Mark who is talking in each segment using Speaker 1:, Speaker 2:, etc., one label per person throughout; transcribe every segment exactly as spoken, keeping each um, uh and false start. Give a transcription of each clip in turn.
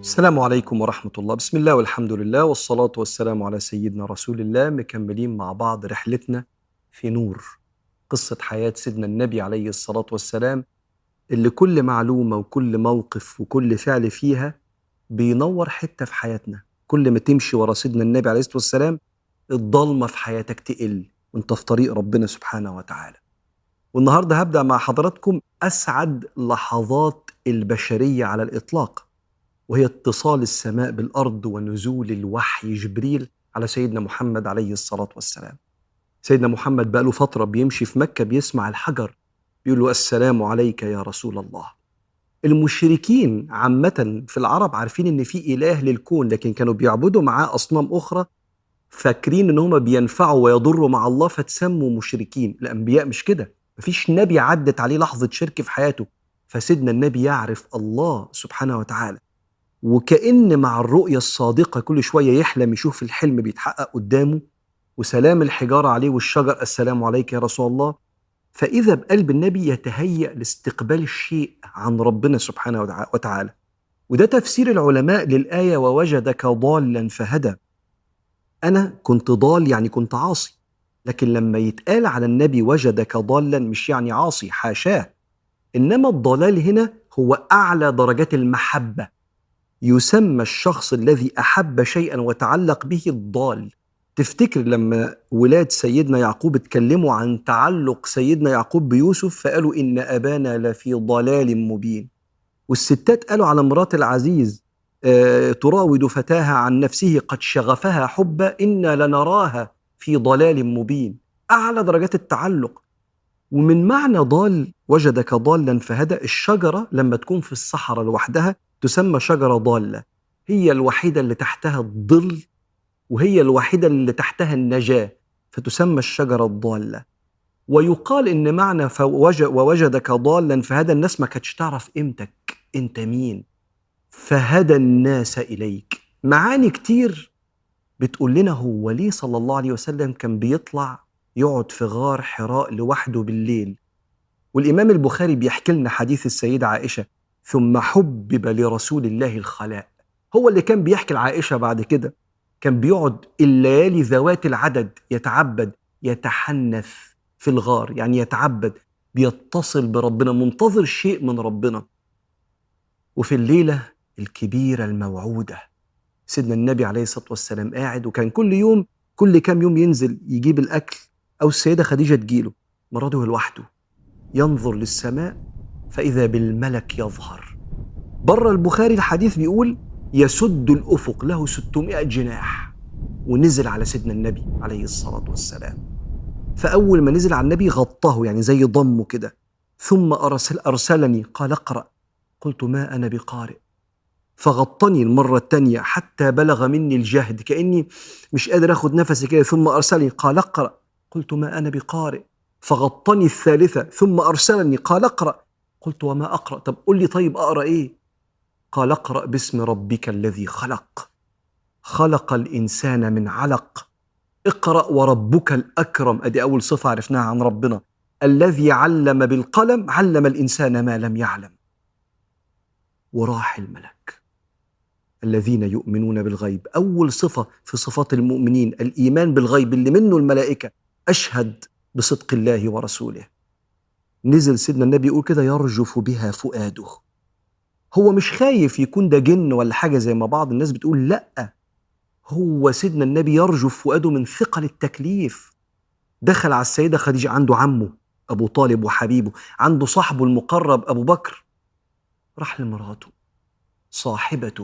Speaker 1: السلام عليكم ورحمة الله. بسم الله والحمد لله والصلاة والسلام على سيدنا رسول الله. مكملين مع بعض رحلتنا في نور، قصة حياة سيدنا النبي عليه الصلاة والسلام، اللي كل معلومة وكل موقف وكل فعل فيها بينور حتة في حياتنا. كل ما تمشي ورا سيدنا النبي عليه الصلاة والسلام الضلمة في حياتك تقل وانت في طريق ربنا سبحانه وتعالى. والنهاردة هبدأ مع حضراتكم أسعد لحظات البشرية على الإطلاق، وهي اتصال السماء بالأرض ونزول الوحي جبريل على سيدنا محمد عليه الصلاة والسلام. سيدنا محمد بقى له فترة بيمشي في مكة بيسمع الحجر بيقول له السلام عليك يا رسول الله. المشركين عامة في العرب عارفين إن في إله للكون، لكن كانوا بيعبدوا معاه أصنام أخرى، فاكرين إن هم بينفعوا ويضروا مع الله فتسموا مشركين. الأنبياء مش كده، مفيش نبي عدت عليه لحظة شرك في حياته، فسيدنا النبي يعرف الله سبحانه وتعالى، وكأن مع الرؤية الصادقة كل شوية يحلم يشوف الحلم بيتحقق قدامه، وسلام الحجارة عليه والشجر السلام عليك يا رسول الله. فإذا بقلب النبي يتهيأ لاستقبال الشيء عن ربنا سبحانه وتعالى. وده تفسير العلماء للآية ووجدك ضالا فهدى. أنا كنت ضال يعني كنت عاصي، لكن لما يتقال على النبي وجدك ضالا مش يعني عاصي، حاشاه، إنما الضلال هنا هو أعلى درجات المحبة. يسمى الشخص الذي أحب شيئا وتعلق به الضال. تفتكر لما ولاد سيدنا يعقوب اتكلموا عن تعلق سيدنا يعقوب بيوسف فقالوا إن أبانا لفي ضلال مبين، والستات قالوا على مرات العزيز آه تراود فتاها عن نفسه قد شغفها حبا إنا لنراها في ضلال مبين. أعلى درجات التعلق. ومن معنى ضال وجدك ضالا فهدى، الشجرة لما تكون في الصحراء لوحدها تسمى شجرة ضالة، هي الوحيدة اللي تحتها الظل وهي الوحيدة اللي تحتها النجاة، فتسمى الشجرة الضالة. ويقال إن معنى ووجدك ضالا فهدى، الناس ما كانتش تعرف قيمتك أنت مين، فهدى الناس إليك. معاني كتير بتقول لنا هو ليه صلى الله عليه وسلم كان بيطلع يقعد في غار حراء لوحده بالليل. والإمام البخاري بيحكي لنا حديث السيدة عائشة ثم حبب لرسول الله الخلاء. هو اللي كان بيحكي لعائشة بعد كده كان بيقعد الليالي ذوات العدد يتعبد يتحنث في الغار، يعني يتعبد بيتصل بربنا منتظر شيء من ربنا. وفي الليلة الكبيرة الموعودة سيدنا النبي عليه الصلاة والسلام قاعد، وكان كل يوم كل كام يوم ينزل يجيب الأكل أو السيدة خديجة تجيله مراته لوحده، ينظر للسماء فإذا بالملك يظهر. بره البخاري الحديث بيقول يسد الأفق له ستمائة جناح، ونزل على سيدنا النبي عليه الصلاة والسلام. فأول ما نزل على النبي غطاه يعني زي ضمه كده، ثم أرسل أرسلني قال اقرأ، قلت ما أنا بقارئ، فغطني المرة الثانية حتى بلغ مني الجهد كأني مش قادر أخذ نفسي كده، ثم أرسلني قال اقرأ، قلت ما أنا بقارئ، فغطني الثالثة ثم أرسلني قال اقرأ، قلت وما أقرأ، طب قل لي طيب أقرأ إيه؟ قال اقرأ باسم ربك الذي خلق خلق الإنسان من علق اقرأ وربك الأكرم. أدي أول صفة عرفناها عن ربنا، الذي علم بالقلم علم الإنسان ما لم يعلم. وراح الملك. الذين يؤمنون بالغيب، أول صفة في صفات المؤمنين الإيمان بالغيب اللي منه الملائكة أشهد بصدق الله ورسوله. نزل سيدنا النبي يقول كده يرجف بها فؤاده. هو مش خايف يكون ده جن ولا حاجة زي ما بعض الناس بتقول، لأ، هو سيدنا النبي يرجف فؤاده من ثقل التكليف. دخل على السيدة خديجة، عنده عمه أبو طالب وحبيبه، عنده صاحبه المقرب أبو بكر، راح لمراته صاحبته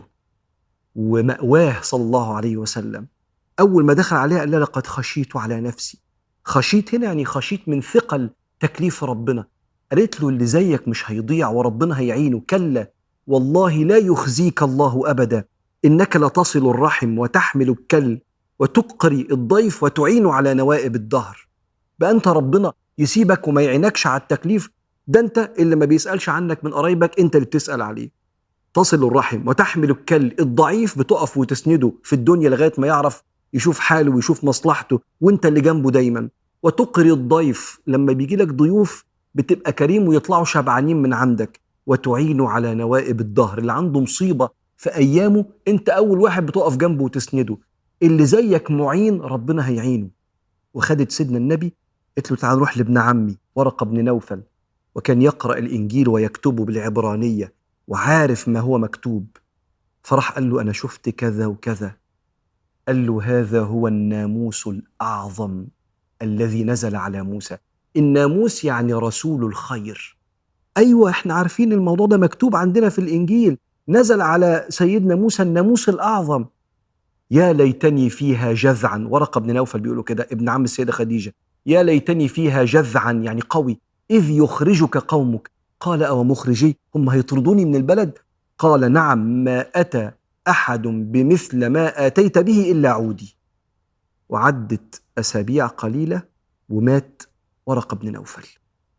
Speaker 1: ومأواه صلى الله عليه وسلم. أول ما دخل عليها قال لها لقد خشيت على نفسي. خشيت هنا يعني خشيت من ثقل تكليف ربنا. قالت له اللي زيك مش هيضيع وربنا هيعينه. كلا والله لا يخزيك الله أبدا، إنك لتصل الرحم وتحمل الكل وتقري الضيف وتعين على نوائب الدهر. بقى أنت ربنا يسيبك وما يعينكش على التكليف؟ ده أنت اللي ما بيسألش عنك من قرايبك، أنت اللي بتسأل عليه. تصل الرحم وتحمل الكل، الضعيف بتقف وتسنده في الدنيا لغاية ما يعرف يشوف حاله ويشوف مصلحته، وانت اللي جنبه دايما. وتقري الضيف، لما بيجي لك ضيوف بتبقى كريم ويطلعوا شبعانين من عندك. وتعين على نوائب الدهر، اللي عنده مصيبة في أيامه أنت أول واحد بتقف جنبه وتسنده، اللي زيك معين ربنا هيعينه. وخدت سيدنا النبي قلت له تعال نروح لابن عمي ورقة بن نوفل، وكان يقرأ الإنجيل ويكتبه بالعبرانية وعارف ما هو مكتوب. فراح قال له أنا شفت كذا وكذا. قال له هذا هو الناموس الأعظم الذي نزل على موسى. الناموس يعني رسول الخير. أيوة احنا عارفين الموضوع ده مكتوب عندنا في الإنجيل، نزل على سيدنا موسى الناموس الأعظم. يا ليتني فيها جذعا، ورقة بن نوفل بيقولوا كده ابن عم السيدة خديجة، يا ليتني فيها جذعا يعني قوي، إذ يخرجك قومك. قال أو مخرجي، هم هيطردوني من البلد؟ قال نعم، ما أتى أحد بمثل ما آتيت به إلا عودي. وعدت أسابيع قليلة ومات ورقة بن نوفل.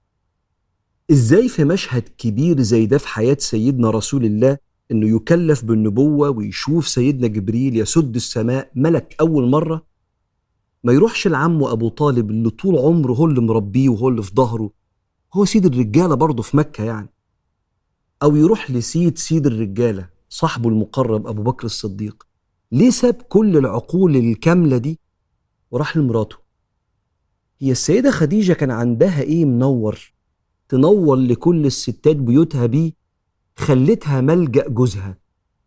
Speaker 1: إزاي في مشهد كبير زي ده في حياة سيدنا رسول الله إنه يكلف بالنبوة ويشوف سيدنا جبريل يسد السماء ملك أول مرة، ما يروحش لعمه أبو طالب اللي طول عمره هو اللي مربيه وهو اللي في ظهره، هو سيد الرجالة برضه في مكة يعني، أو يروح لسيد سيد الرجالة صاحبه المقرب أبو بكر الصديق؟ ليه ساب كل العقول الكاملة دي وراح لمراته؟ هي السيدة خديجة كان عندها إيه منور تنور لكل الستات بيوتها بيه خلتها ملجأ جوزها؟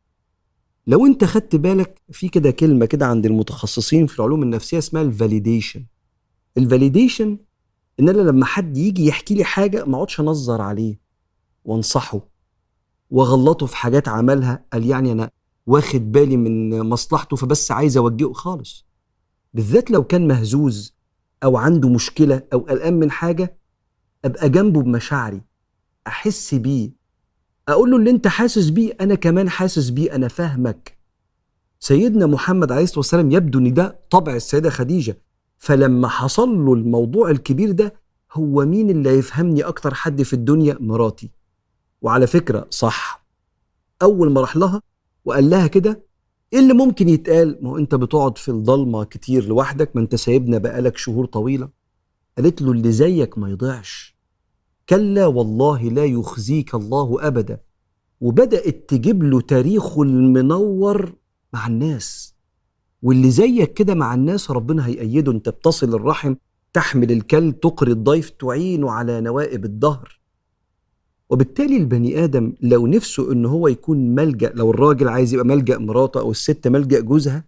Speaker 1: لو انت خدت بالك في كده كلمة كده عند المتخصصين في العلوم النفسية اسمها الفاليديشن. الفاليديشن ان انا لما حد يجي يحكي لي حاجة ما اقعدش انظر عليه وانصحه واغلطه في حاجات عملها قال يعني انا واخد بالي من مصلحته فبس عايز اوجهه خالص. بالذات لو كان مهزوز او عنده مشكلة او قلقان من حاجة، ابقى جنبه بمشاعري، احس بيه، اقول له اللي انت حاسس بيه انا كمان حاسس بيه، انا فاهمك. سيدنا محمد عليه الصلاة والسلام يبدو ان ده طبع السيدة خديجة، فلما حصل له الموضوع الكبير ده، هو مين اللي يفهمني اكتر حد في الدنيا؟ مراتي. وعلى فكرة صح، اول ما راح لها وقال لها كده، ايه اللي ممكن يتقال؟ ما هو انت بتقعد في الضلمة كتير لوحدك، ما انت سايبنا بقالك شهور طويلة. قالت له اللي زيك ما يضيعش، كلا والله لا يخزيك الله ابدا. وبدأت تجيب له تاريخه المنور مع الناس، واللي زيك كده مع الناس ربنا هيأيده. انت بتصل الرحم، تحمل الكل، تقري الضيف، تعينه على نوائب الدهر. وبالتالي البني آدم لو نفسه ان هو يكون ملجأ، لو الراجل عايز يبقى ملجأ مراته او الست ملجأ جوزها،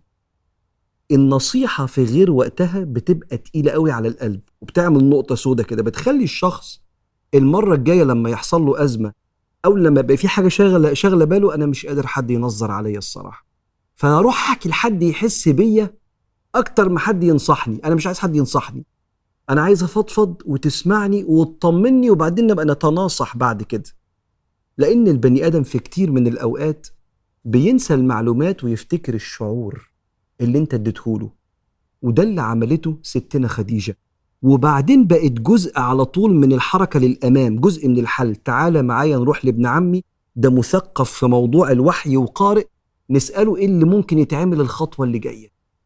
Speaker 1: النصيحة في غير وقتها بتبقى تقيلة قوي على القلب وبتعمل نقطة سودة كده، بتخلي الشخص المرة الجاية لما يحصل له أزمة أو لما يبقى في حاجة شاغلة شاغلة باله، أنا مش قادر حد ينظر عليا الصراحة، فأنا أروح أحكي لحد يحس بيا أكتر ما حد ينصحني. أنا مش عايز حد ينصحني، أنا عايز أفضفض وتسمعني وتطمني وبعدين نبقى نتناصح بعد كده. لأن البني آدم في كتير من الأوقات بينسى المعلومات ويفتكر الشعور اللي انت اديتهوله، وده اللي عملته ستنا خديجة. وبعدين بقت جزء على طول من الحركة للأمام، جزء من الحل. تعالى معايا نروح لابن عمي ده مثقف في موضوع الوحي وقارئ، نسأله ايه اللي ممكن يتعمل الخطوة اللي جاية.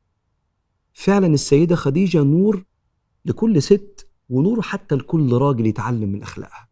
Speaker 1: فعلا السيدة خديجة نور لكل ست، ونور حتى لكل راجل يتعلم من أخلاقها.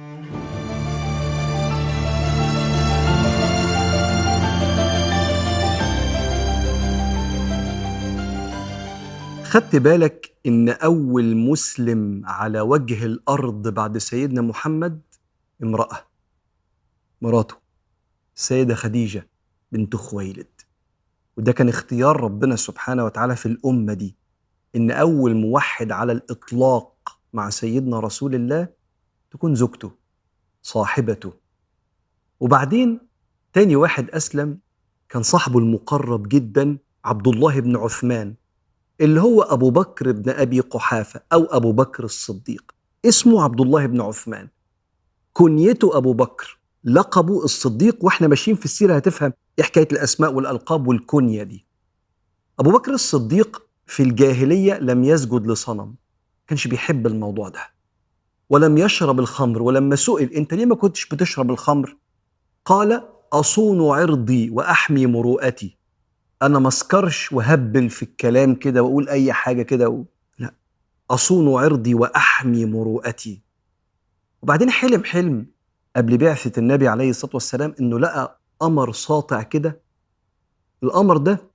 Speaker 1: خدت بالك إن أول مسلم على وجه الأرض بعد سيدنا محمد امرأة، مراته السيدة خديجة بنت خويلد. وده كان اختيار ربنا سبحانه وتعالى في الأمة دي، إن أول موحد على الإطلاق مع سيدنا رسول الله تكون زوجته صاحبته. وبعدين تاني واحد أسلم كان صاحبه المقرب جدا عبد الله بن عثمان، اللي هو أبو بكر بن أبي قحافة أو أبو بكر الصديق. اسمه عبد الله بن عثمان، كنيته أبو بكر، لقبه الصديق. وإحنا ماشيين في السيرة هتفهم إيه حكاية الأسماء والألقاب والكنية دي. أبو بكر الصديق في الجاهلية لم يسجد لصنم، كانش بيحب الموضوع ده، ولم يشرب الخمر. ولما سئل أنت ليه ما كنتش بتشرب الخمر؟ قال أصون عرضي وأحمي مروءتي. أنا مسكرش وهبل في الكلام كده وأقول أي حاجة كده و... لا، أصون عرضي وأحمي مروءتي. وبعدين حلم حلم قبل بعثة النبي عليه الصلاة والسلام إنه لقى قمر ساطع كده. القمر ده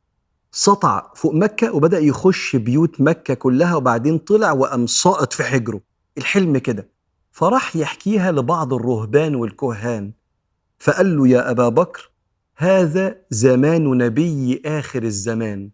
Speaker 1: سطع فوق مكة وبدأ يخش بيوت مكة كلها، وبعدين طلع وقام ساقط في حجره. الحلم كده. فراح يحكيها لبعض الرهبان والكهان، فقال له: يا أبا بكر، هذا زمان نبي آخر الزمان،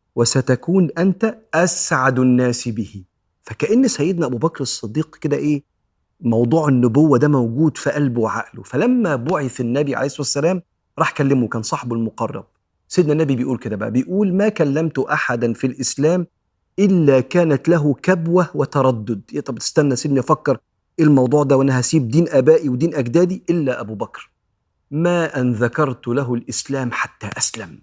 Speaker 1: وستكون أنت أسعد الناس به. فكأن سيدنا أبو بكر الصديق كده إيه، موضوع النبوة ده موجود في قلبه وعقله. فلما بعث النبي عليه الصلاة والسلام راح كلمه، كان صاحبه المقرب. سيدنا النبي بيقول كده بقى، بيقول: ما كلمت أحدا في الإسلام إلا كانت له كبوة وتردد. يا طب استنى سيبني أفكر إيه الموضوع ده، وأنا هسيب دين آبائي ودين أجدادي؟ إلا أبو بكر، ما أن ذكرت له الإسلام حتى أسلم.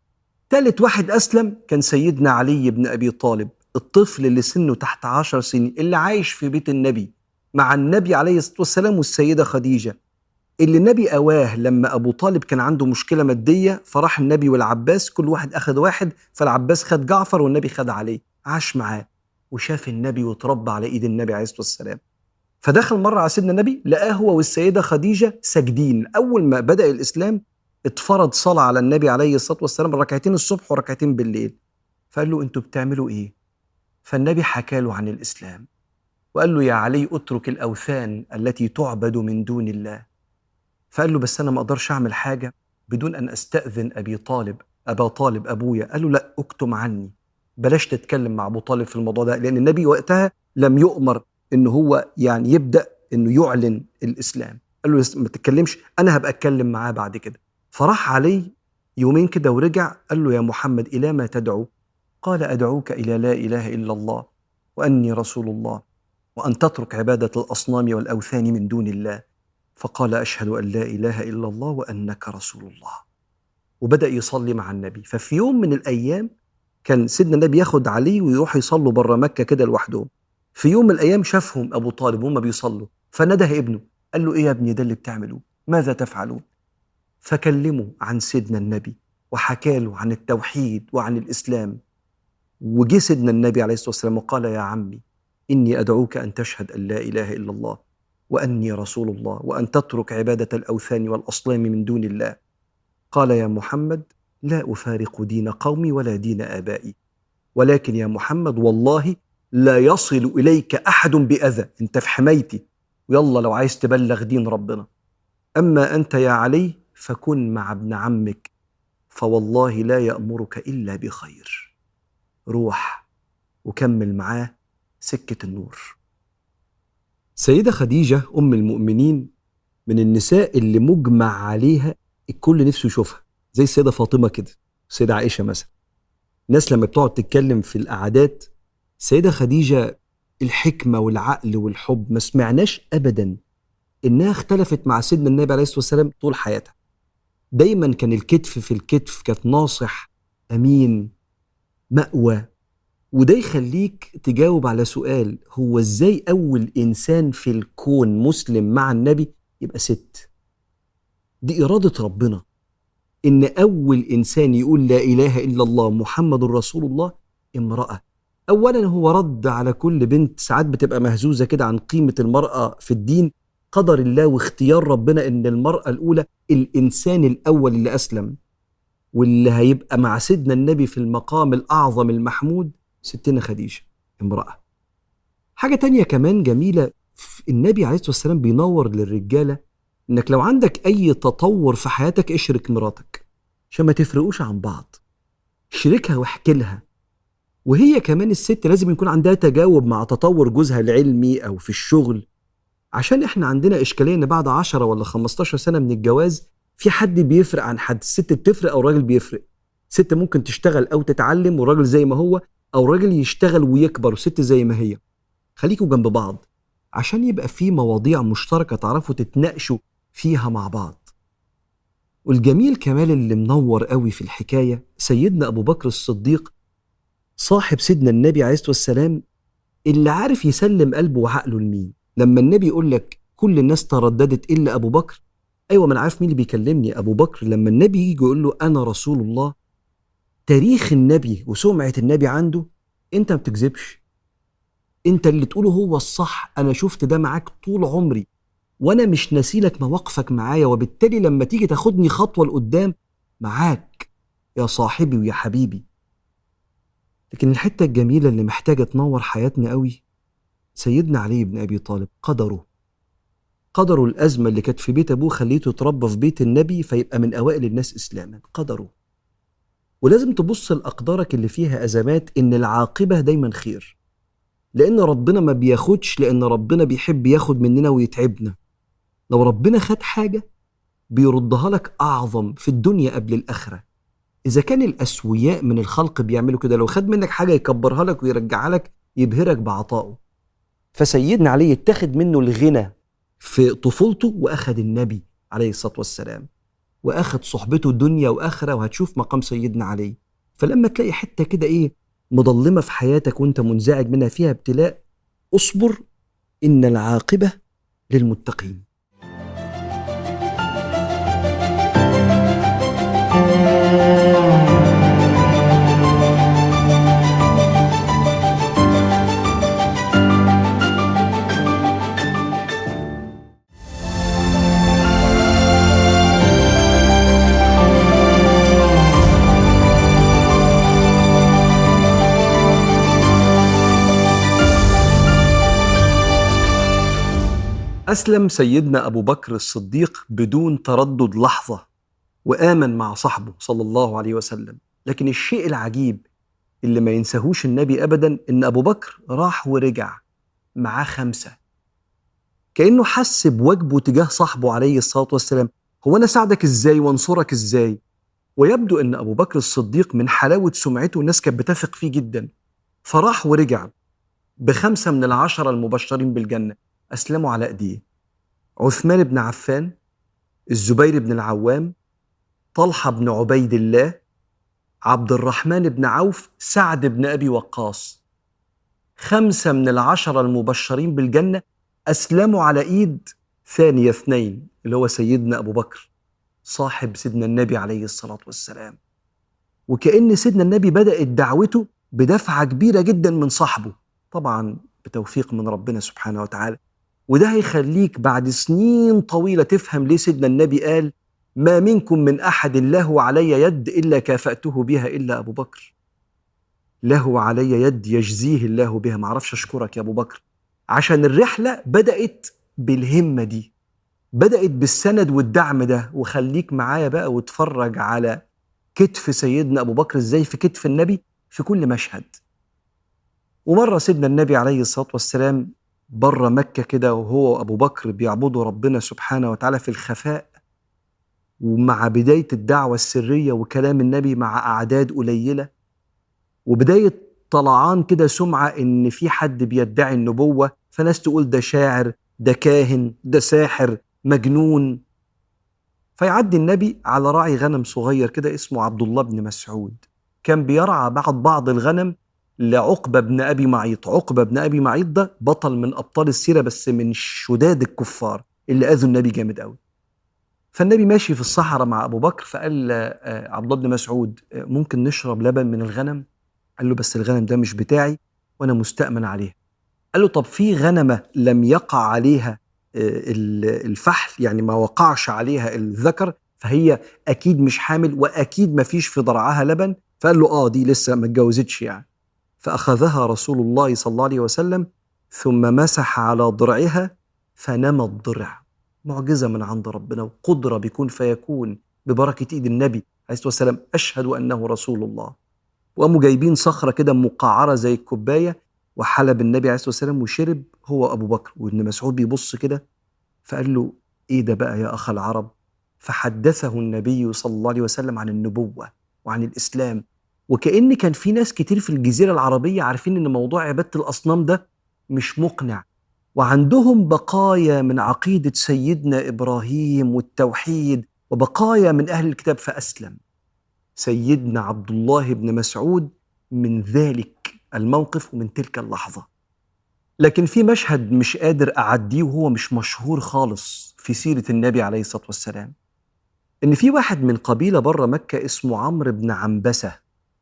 Speaker 1: ثالث واحد أسلم كان سيدنا علي بن أبي طالب، الطفل اللي سنه تحت عشر سنين، اللي عايش في بيت النبي مع النبي عليه الصلاة والسلام والسيدة خديجة، اللي النبي أواه لما أبو طالب كان عنده مشكلة مادية، فراح النبي والعباس كل واحد أخذ واحد، فالعباس خد جعفر والنبي خد عليه. عاش معاه وشاف النبي وتربى على إيد النبي عليه الصلاة والسلام. فدخل مرة على سيدنا النبي لقاه هو والسيدة خديجة ساجدين. أول ما بدأ الإسلام اتفرض صلاة على النبي عليه الصلاة والسلام، ركعتين الصبح وركعتين بالليل. فقال له: أنتوا بتعملوا إيه؟ فالنبي حكى له عن الإسلام وقال له: يا علي، اترك الأوثان التي تعبد من دون الله. فقال له: بس أنا ما أقدرش أعمل حاجة بدون أن أستأذن أبي طالب، أبا طالب أبويا. قال له: لا، اكتم عني، بلاش تتكلم مع أبو طالب في الموضوع ده، لأن النبي وقتها لم يؤمر إنه هو يعني يبدأ إنه يعلن الإسلام. قال له: ما تتكلمش، أنا هبقى أتكلم معاه بعد كده. فراح علي يومين كده ورجع، قال له: يا محمد، إلى ما تدعو؟ قال: أدعوك إلى لا إله إلا الله وأني رسول الله، وأن تترك عبادة الأصنام والأوثان من دون الله. فقال: أشهد أن لا إله إلا الله وأنك رسول الله. وبدأ يصلي مع النبي. ففي يوم من الأيام كان سيدنا النبي ياخد علي ويروح يصلوا بره مكة كده لوحدهم. في يوم من الأيام شافهم أبو طالب وهم بيصلوا، فنده ابنه قال له: إيه يا ابني ده اللي بتعملوه؟ ماذا تفعلون؟ فكلموا عن سيدنا النبي وحكى له عن التوحيد وعن الإسلام. وجي سيدنا النبي عليه الصلاة والسلام وقال: يا عمي، إني أدعوك أن تشهد أن لا إله إلا الله وأني رسول الله، وأن تترك عبادة الأوثان والأصنام من دون الله. قال: يا محمد، لا أفارق دين قومي ولا دين آبائي، ولكن يا محمد والله لا يصل إليك أحد بأذى، أنت في حمايتي، ويلا لو عايز تبلغ دين ربنا. أما أنت يا علي فكن مع ابن عمك، فوالله لا يأمرك إلا بخير. روح وكمل معاه سكة النور. سيدة خديجة أم المؤمنين من النساء اللي مجمع عليها الكل نفسه يشوفها، زي السيدة فاطمة كده، السيدة عائشة مثلا. الناس لما بتقعد تتكلم في القعدات، السيدة خديجة الحكمة والعقل والحب، ما سمعناش أبدا إنها اختلفت مع سيدنا النبي عليه الصلاة والسلام طول حياتها. دايما كان الكتف في الكتف، كانت ناصح أمين مأوى. وده يخليك تجاوب على سؤال: هو ازاي أول إنسان في الكون مسلم مع النبي يبقى ست؟ دي إرادة ربنا، إن أول إنسان يقول لا إله إلا الله محمد رسول الله امرأة. أولا هو رد على كل بنت ساعات بتبقى مهزوزة كده عن قيمة المرأة في الدين. قدر الله واختيار ربنا إن المرأة الأولى، الإنسان الأول اللي أسلم واللي هيبقى مع سيدنا النبي في المقام الأعظم المحمود، ستنا خديجة امرأة. حاجة تانية كمان جميلة، النبي عليه الصلاة والسلام بينور للرجالة إنك لو عندك أي تطور في حياتك اشرك مراتك عشان ما تفرقوش عن بعض. شركها واحكي لها. وهي كمان الست لازم يكون عندها تجاوب مع تطور جوزها العلمي أو في الشغل، عشان إحنا عندنا إشكالية إن بعد عشرة ولا خمستاشر سنة من الجواز في حد بيفرق عن حد. الست بتفرق أو الراجل بيفرق. ست ممكن تشتغل أو تتعلم والراجل زي ما هو، أو الراجل يشتغل ويكبر والست زي ما هي. خليكوا جنب بعض عشان يبقى في مواضيع مشتركة تعرفوا تتناقشوا فيها مع بعض. والجميل كمال اللي منور قوي في الحكاية، سيدنا أبو بكر الصديق صاحب سيدنا النبي عليه الصلاة والسلام، اللي عارف يسلم قلبه وعقله لمين. لما النبي يقول لك كل الناس ترددت إلا أبو بكر، أيوة ما أنا عارف مين اللي بيكلمني، أبو بكر. لما النبي يجي يقول له أنا رسول الله، تاريخ النبي وسمعة النبي عنده، أنت ما بتكذبش، أنت اللي تقوله هو الصح. أنا شفت ده معاك طول عمري، وأنا مش ناسيلك مواقفك معايا، وبالتالي لما تيجي تاخدني خطوة لقدام معاك يا صاحبي ويا حبيبي. لكن الحتة الجميلة اللي محتاجة تنور حياتنا قوي، سيدنا علي بن أبي طالب قدره قدره الأزمة اللي كانت في بيت أبوه خليته يتربى في بيت النبي فيبقى من أوائل الناس إسلاما. قدره. ولازم تبص لأقدارك اللي فيها أزمات إن العاقبة دايما خير، لأن ربنا ما بياخدش لأن ربنا بيحب ياخد مننا ويتعبنا. لو ربنا خد حاجة بيردها لك أعظم في الدنيا قبل الآخرة. إذا كان الأسوياء من الخلق بيعملوا كده، لو خد منك حاجة يكبرها لك ويرجعها لك، يبهرك بعطائه. فسيدنا علي يتاخد منه الغنى في طفولته، وأخد النبي عليه الصلاة والسلام، وأخد صحبته دنيا وآخرة، وهتشوف مقام سيدنا علي. فلما تلاقي حتة كده إيه مظلمة في حياتك وانت منزعج منها فيها ابتلاء، اصبر، إن العاقبة للمتقين. أسلم سيدنا أبو بكر الصديق بدون تردد لحظة، وآمن مع صاحبه صلى الله عليه وسلم. لكن الشيء العجيب اللي ما ينساهوش النبي أبدا إن أبو بكر راح ورجع معاه خمسة، كأنه حس بواجبه تجاه صاحبه عليه الصلاة والسلام. هو أنا ساعدك إزاي وانصرك إزاي؟ ويبدو إن أبو بكر الصديق من حلاوة سمعته الناس كانت بتثق فيه جدا، فراح ورجع بخمسة من العشرة المبشرين بالجنة. أسلموا على أيديه: عثمان بن عفان، الزبير بن العوام، طلحة بن عبيد الله، عبد الرحمن بن عوف، سعد بن أبي وقاص. خمسة من العشرة المبشرين بالجنة أسلموا على إيد ثاني اثنين اللي هو سيدنا أبو بكر صاحب سيدنا النبي عليه الصلاة والسلام. وكأن سيدنا النبي بدأت دعوته بدفعة كبيرة جدا من صاحبه، طبعا بتوفيق من ربنا سبحانه وتعالى. وده هيخليك بعد سنين طويلة تفهم ليه سيدنا النبي قال: ما منكم من أحد له علي يد إلا كافأته بها إلا أبو بكر. له علي يد يجزيه الله بها. معرفش أشكرك يا أبو بكر، عشان الرحلة بدأت بالهمة دي، بدأت بالسند والدعم ده. وخليك معايا بقى وتفرج على كتف سيدنا أبو بكر إزاي في كتف النبي في كل مشهد. ومرة سيدنا النبي عليه الصلاة والسلام بره مكة كده، وهو وأبو بكر بيعبدوا ربنا سبحانه وتعالى في الخفاء، ومع بداية الدعوة السرية وكلام النبي مع أعداد قليلة، وبداية طلعان كده سمعة إن في حد بيدعي النبوة، فناس تقول ده شاعر، ده كاهن، ده ساحر، مجنون. فيعدي النبي على راعي غنم صغير كده اسمه عبد الله بن مسعود، كان بيرعى بعض بعض الغنم لعقبة بن أبي معيط. عقبة بن أبي معيط ده بطل من أبطال السيرة، بس من شداد الكفار اللي أذوا النبي جامد قوي. فالنبي ماشي في الصحراء مع أبو بكر، فقال عبد الله بن مسعود: ممكن نشرب لبن من الغنم؟ قال له: بس الغنم ده مش بتاعي وأنا مستأمن عليه. قال له: طب في غنمة لم يقع عليها الفحل، يعني ما وقعش عليها الذكر، فهي أكيد مش حامل وأكيد ما فيش في ضرعها لبن؟ فقال له: آه دي لسه ما اتجوزتش يعني. فأخذها رسول الله صلى الله عليه وسلم ثم مسح على ضرعها فنمى الضرع. معجزة من عند ربنا وقدرة بيكون فيكون ببركة إيد النبي عليه الصلاة والسلام. أشهد أنه رسول الله. وقاموا جايبين صخرة كده مقعرة زي الكوباية، وحلب النبي عليه الصلاة والسلام وشرب هو أبو بكر. وابن مسعود بيبص كده فقال له: إيه ده بقى يا أخ العرب؟ فحدثه النبي صلى الله عليه وسلم عن النبوة وعن الإسلام. وكأن كان في ناس كتير في الجزيرة العربية عارفين إن موضوع عبادة الأصنام ده مش مقنع، وعندهم بقايا من عقيدة سيدنا إبراهيم والتوحيد، وبقايا من أهل الكتاب. فأسلم سيدنا عبد الله بن مسعود من ذلك الموقف ومن تلك اللحظة. لكن في مشهد مش قادر أعديه وهو مش مشهور خالص في سيرة النبي عليه الصلاة والسلام، إن في واحد من قبيلة بره مكة اسمه عمرو بن عنبسة،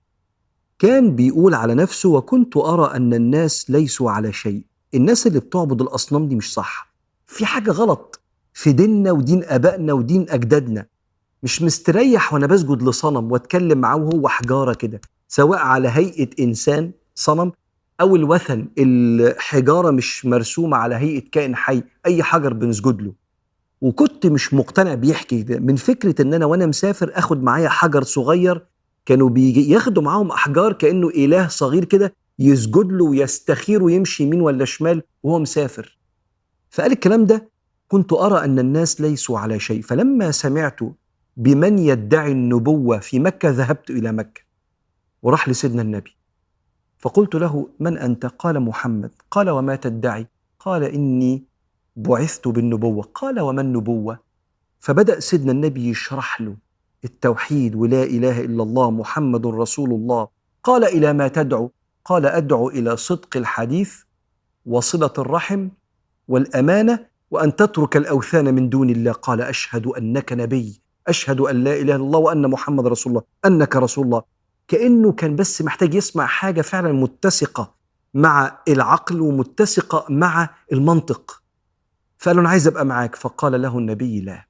Speaker 1: كان بيقول على نفسه: وكنت أرى أن الناس ليسوا على شيء. الناس اللي بتعبد الأصنام دي مش صح، في حاجة غلط. في ديننا ودين آبائنا ودين أجدادنا. مش مستريح وأنا بسجد لصنم وأتكلم معاه وهو حجارة كده، سواء على هيئة إنسان صنم أو الوثن الحجارة مش مرسومة على هيئة كائن حي، أي حجر بنسجد له. وكنت مش مقتنع، بيحكي ده من فكرة إن أنا وأنا مسافر أخد معايا حجر صغير، كانوا بيجي ياخدوا معاهم أحجار كأنه إله صغير كده يسجد له ويستخير ويمشي يمين ولا شمال وهو مسافر. فقال الكلام ده كنت أرى أن الناس ليسوا على شيء، فلما سمعت بمن يدعي النبوة في مكة ذهبت إلى مكة وراح لسيدنا النبي فقلت له: من أنت؟ قال: محمد. قال: وما تدعي؟ قال: إني بعثت بالنبوة. قال: وما النبوة؟ فبدأ سيدنا النبي يشرح له التوحيد ولا إله إلا الله محمد رسول الله. قال: إلى ما تدعو؟ قال: أدعو إلى صدق الحديث وصلة الرحم والأمانة وأن تترك الأوثان من دون الله. قال: أشهد أنك نبي، أشهد أن لا إله إلا الله وأن محمد رسول الله، أنك رسول الله. كأنه كان بس محتاج يسمع حاجة فعلا متسقة مع العقل ومتسقة مع المنطق. فقال له: أنا عايز أبقى معاك. فقال له النبي: لا،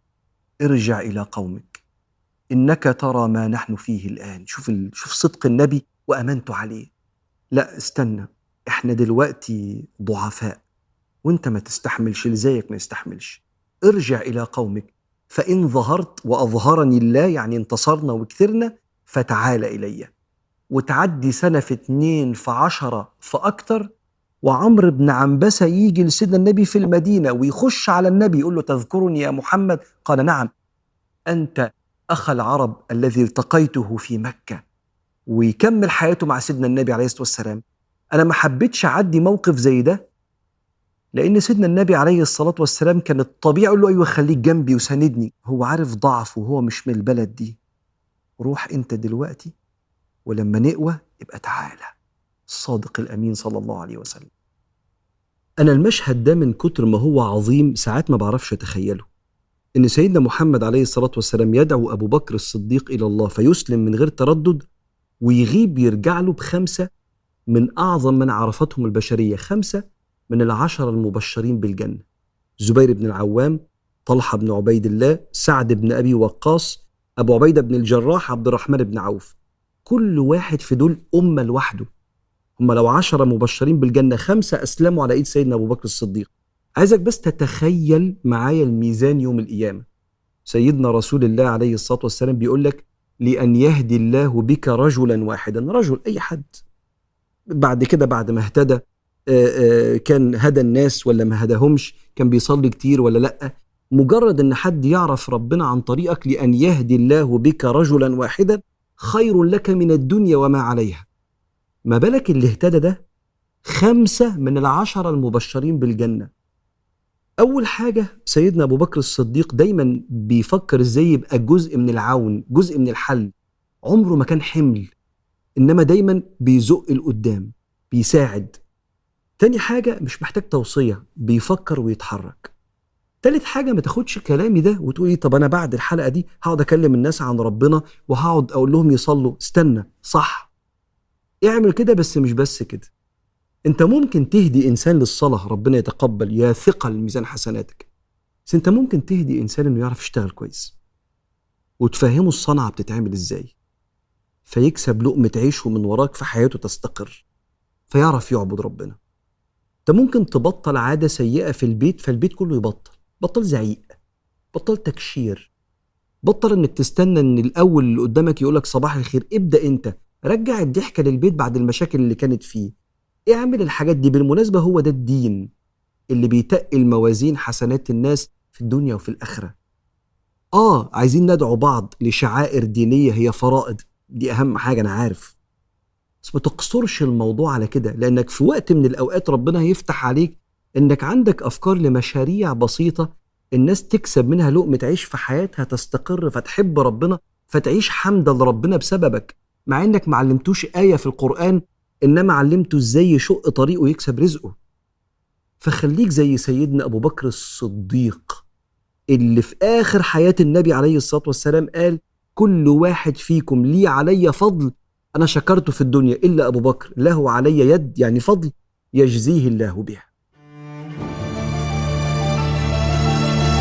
Speaker 1: ارجع إلى قومك، إنك ترى ما نحن فيه الآن. شوف, ال... شوف صدق النبي وأمنته عليه. لا استنى، إحنا دلوقتي ضعفاء وإنت ما تستحملش، اللي زيك ما يستحملش. ارجع إلى قومك فإن ظهرت وأظهرني الله، يعني انتصرنا وكثرنا، فتعال إلي. وتعدي سنة في اتنين في عشرة في أكتر، وعمر بن عنبسة يجي لسيدنا النبي في المدينة ويخش على النبي يقول له: تذكرني يا محمد؟ قال: نعم، أنت أخ العرب الذي التقيته في مكة. ويكمل حياته مع سيدنا النبي عليه الصلاة والسلام. أنا ما حبيتش أعدي موقف زي ده، لأن سيدنا النبي عليه الصلاة والسلام كان الطبيعي يقول له: أيوة خليك جنبي وساندني. هو عارف ضعفه وهو مش من البلد دي. روح أنت دلوقتي، ولما نقوى يبقى تعالى. الصادق الأمين صلى الله عليه وسلم. أنا المشهد ده من كتر ما هو عظيم ساعات ما بعرفش أتخيله، إن سيدنا محمد عليه الصلاة والسلام يدعو أبو بكر الصديق إلى الله فيسلم من غير تردد، ويغيب يرجع له بخمسة من أعظم من عرفتهم البشرية، خمسة من العشرة المبشرين بالجنة: زبير بن العوام، طلحة بن عبيد الله، سعد بن أبي وقاص، أبو عبيدة بن الجراح، عبد الرحمن بن عوف. كل واحد في دول أمة لوحده. هم لو عشرة مبشرين بالجنة، خمسة أسلموا على إيد سيدنا أبو بكر الصديق. عايزك بس تتخيل معايا الميزان يوم القيامة. سيدنا رسول الله عليه الصلاة والسلام بيقول لك: لأن يهدي الله بك رجلا واحدا. رجل أي حد، بعد كده بعد ما اهتدى كان هدى الناس ولا ما هداهمش، كان بيصلي كتير ولا لأ، مجرد ان حد يعرف ربنا عن طريقك، لأن يهدي الله بك رجلا واحدا خير لك من الدنيا وما عليها. ما بالك اللي اهتدى ده خمسة من العشرة المبشرين بالجنة. أول حاجة سيدنا أبو بكر الصديق دايما بيفكر ازاي يبقى جزء من العون، جزء من الحل. عمره ما كان حمل، إنما دايما بيزق القدام، بيساعد. تاني حاجة مش محتاج توصية، بيفكر ويتحرك. تالت حاجة ما تاخدش كلامي ده وتقولي: طب أنا بعد الحلقة دي هقعد أكلم الناس عن ربنا وهقعد أقول لهم يصلوا. استنى، صح، اعمل كده، بس مش بس كده. انت ممكن تهدي إنسان للصلاة ربنا يتقبل، يا ثقل ميزان حسناتك. بس انت ممكن تهدي إنسان إنه يعرف يشتغل كويس وتفهمه الصنعة بتتعمل إزاي، فيكسب لقمة عيشه من وراك، في حياته تستقر، فيعرف يعبد ربنا. انت ممكن تبطل عادة سيئة في البيت فالبيت كله يبطل. بطل زعيق، بطل تكشير، بطل انك تستنى ان الاول اللي قدامك يقولك صباح الخير. ابدأ انت، رجع الضحكة للبيت بعد المشاكل اللي كانت فيه. اعمل الحاجات دي. بالمناسبة هو ده الدين اللي بيتقل موازين حسنات الناس في الدنيا وفي الآخرة. اه عايزين ندعو بعض لشعائر دينية هي فرائض، دي اهم حاجة انا عارف، بس ما تقصرش الموضوع على كده، لانك في وقت من الاوقات ربنا هيفتح عليك انك عندك افكار لمشاريع بسيطة الناس تكسب منها لقمة عيش في حياتها، تستقر، فتحب ربنا، فتعيش حمدا لربنا بسببك، مع انك ما علمتوش آية في القرآن، انما علمته ازاي يشق طريقه ويكسب رزقه. فخليك زي سيدنا ابو بكر الصديق اللي في اخر حياة النبي عليه الصلاة والسلام قال: كل واحد فيكم لي علي فضل أنا شكرته في الدنيا إلا أبو بكر، له علي يد، يعني فضل، يجزيه الله بها.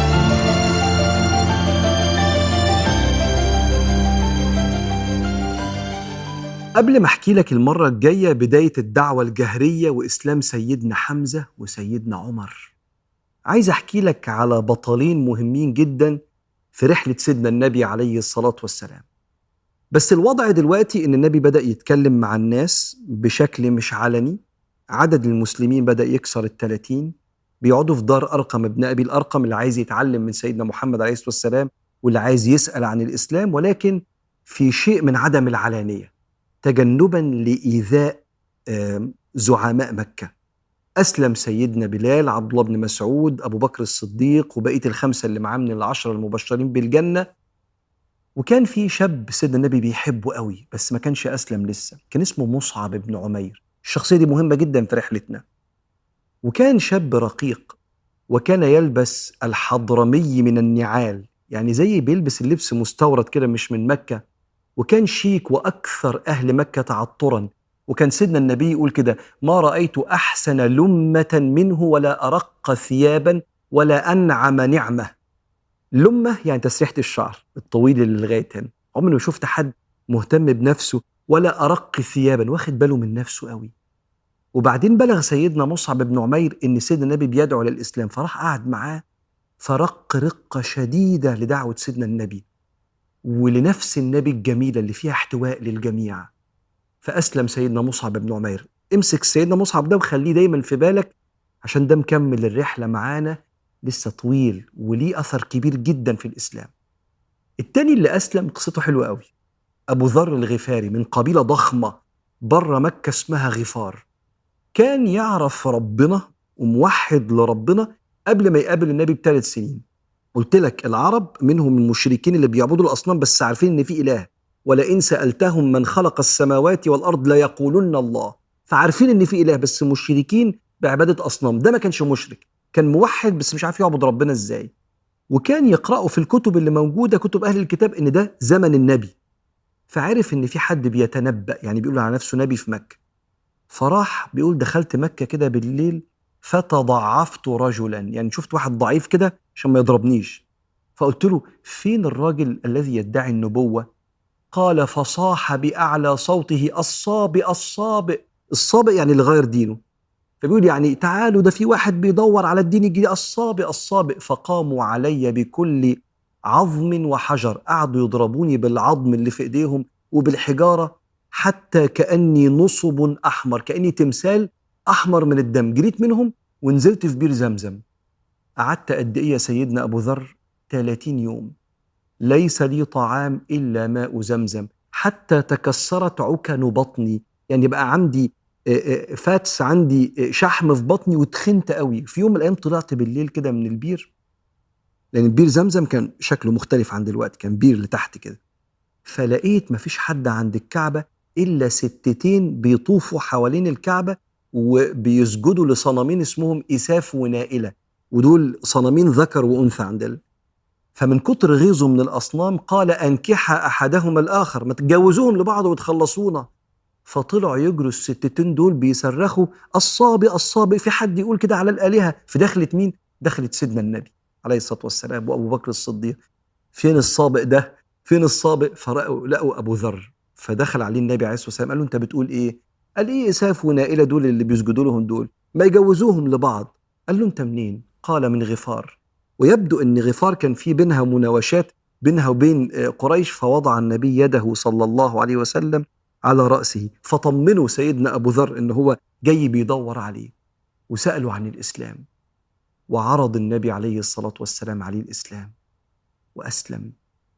Speaker 1: قبل ما احكي لك المرة الجاية بداية الدعوة الجهرية وإسلام سيدنا حمزة وسيدنا عمر، عايز احكي لك على بطلين مهمين جدا في رحلة سيدنا النبي عليه الصلاة والسلام. بس الوضع دلوقتي إن النبي بدأ يتكلم مع الناس بشكل مش علني، عدد المسلمين بدأ يكسر الثلاثين، بيقعدوا في دار أرقم ابن أبي الأرقم اللي عايز يتعلم من سيدنا محمد عليه الصلاة والسلام واللي عايز يسأل عن الإسلام، ولكن في شيء من عدم العلانية تجنبا لإيذاء آم، زعماء مكة. أسلم سيدنا بلال، عبد الله بن مسعود، أبو بكر الصديق، وبقية الخمسة اللي معاه من العشرة المبشرين بالجنة. وكان في شاب سيدنا النبي بيحبه قوي بس ما كانش أسلم لسه، كان اسمه مصعب بن عمير. الشخصية دي مهمة جدا في رحلتنا. وكان شاب رقيق، وكان يلبس الحضرمي من النعال، يعني زي بيلبس اللبس مستورد كده مش من مكة. وكان شيك وأكثر أهل مكة تعطرا. وكان سيدنا النبي يقول كده: ما رأيت أحسن لمة منه ولا أرق ثيابا ولا أنعم نعمة. لمة يعني تسريحة الشعر الطويل اللي لغاية هنا. عمري ما شفت حد مهتم بنفسه ولا أرق ثيابا، واخد باله من نفسه قوي. وبعدين بلغ سيدنا مصعب بن عمير إن سيدنا النبي بيدعو للإسلام، فراح قعد معاه فرق رقة شديدة لدعوة سيدنا النبي ولنفس النبي الجميلة اللي فيها احتواء للجميع. فأسلم سيدنا مصعب بن عمير. امسك سيدنا مصعب ده وخليه دايما في بالك، عشان ده مكمل الرحلة معانا لسه طويل وليه أثر كبير جدا في الإسلام. التاني اللي أسلم قصته حلوة قوي، أبو ذر الغفاري من قبيلة ضخمة بره مكة اسمها غفار. كان يعرف ربنا وموحد لربنا قبل ما يقابل النبي بثلاث سنين. قلت لك العرب منهم المشركين اللي بيعبدوا الأصنام بس عارفين إن في إله، ولئن سألتهم من خلق السماوات والأرض ليقولن الله. فعارفين إن في إله بس مشركين بعبادة أصنام. ده ما كانش مشرك، كان موحد بس مش عارف يعبد ربنا إزاي. وكان يقرأوا في الكتب اللي موجودة، كتب أهل الكتاب، إن ده زمن النبي. فعرف إن في حد بيتنبأ، يعني بيقول على نفسه نبي في مكة. فراح بيقول: دخلت مكة كده بالليل فتضعفت رجلا، يعني شفت واحد ضعيف كده عشان ما يضربنيش. فقلت له: فين الراجل الذي يدعي النبوة؟ قال: فصاح بأعلى صوته: الصابئ الصابئ. الصابئ يعني اللي غير دينه. فبيقول يعني تعالوا ده في واحد بيدور على الدين الجديد، الصابئ الصابئ. فقاموا علي بكل عظم وحجر، قعدوا يضربوني بالعظم اللي في ايديهم وبالحجارة حتى كأني نصب أحمر، كأني تمثال أحمر من الدم. جريت منهم ونزلت في بير زمزم. قعدت قد إيه يا سيدنا أبو ذر؟ ثلاثين يوم. ليس لي طعام إلا ماء زمزم حتى تكسرت عكن بطني، يعني بقى عندي فاتس، عندي شحم في بطني وتخنت قوي. في يوم من الأيام طلعت بالليل كده من البير، لأن البير زمزم كان شكله مختلف عن دلوقتي، كان بير لتحت كده. فلقيت مفيش حد عند الكعبة إلا ستتين بيطوفوا حوالين الكعبة وبيسجدوا لصنمين اسمهم إساف ونائلة، ودول صنمين ذكر وأنثى عندنا. فمن كتر غيظه من الأصنام قال: أنكح أحدهما الآخر، ما تتجوزوهم لبعض وتخلصونا. فطلعوا يجروا الستتين دول بيصرخوا: الصابئ الصابئ. في حد يقول كده على الآلهة. في دخلت مين؟ دخلت سيدنا النبي عليه الصلاة والسلام وأبو بكر الصديق. فين الصابئ ده؟ فين الصابئ؟ فرأوا لقوا أبو ذر. فدخل عليه النبي عليه الصلاة والسلام قال له: أنت بتقول إيه؟ قال: إيه إساف ونائلة دول اللي بيسجدوا لهم دول؟ ما يجوزوهم لبعض. قال له: أنت منين؟ قال: من غفار. ويبدو أن غفار كان في بينها مناوشات بينها وبين قريش. فوضع النبي يده صلى الله عليه وسلم على رأسه، فطمنوا سيدنا أبو ذر إن هو جاي بيدور عليه، وسألوا عن الإسلام. وعرض النبي عليه الصلاة والسلام عليه الإسلام وأسلم.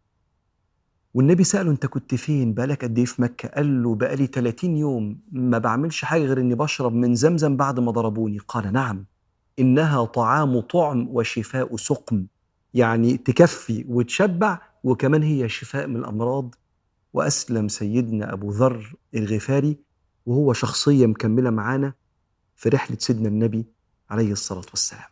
Speaker 1: والنبي سأله: أنت كنت فين؟ بقالك قد إيه في مكة؟ قال له: بقالي ثلاثين يوم ما بعملش حاجة غير إني بشرب من زمزم بعد ما ضربوني. قال: نعم، إنها طعام طعم وشفاء سقم، يعني تكفي وتشبع وكمان هي شفاء من الأمراض. وأسلم سيدنا أبو ذر الغفاري، وهو شخصية مكملة معانا في رحلة سيدنا النبي عليه الصلاة والسلام.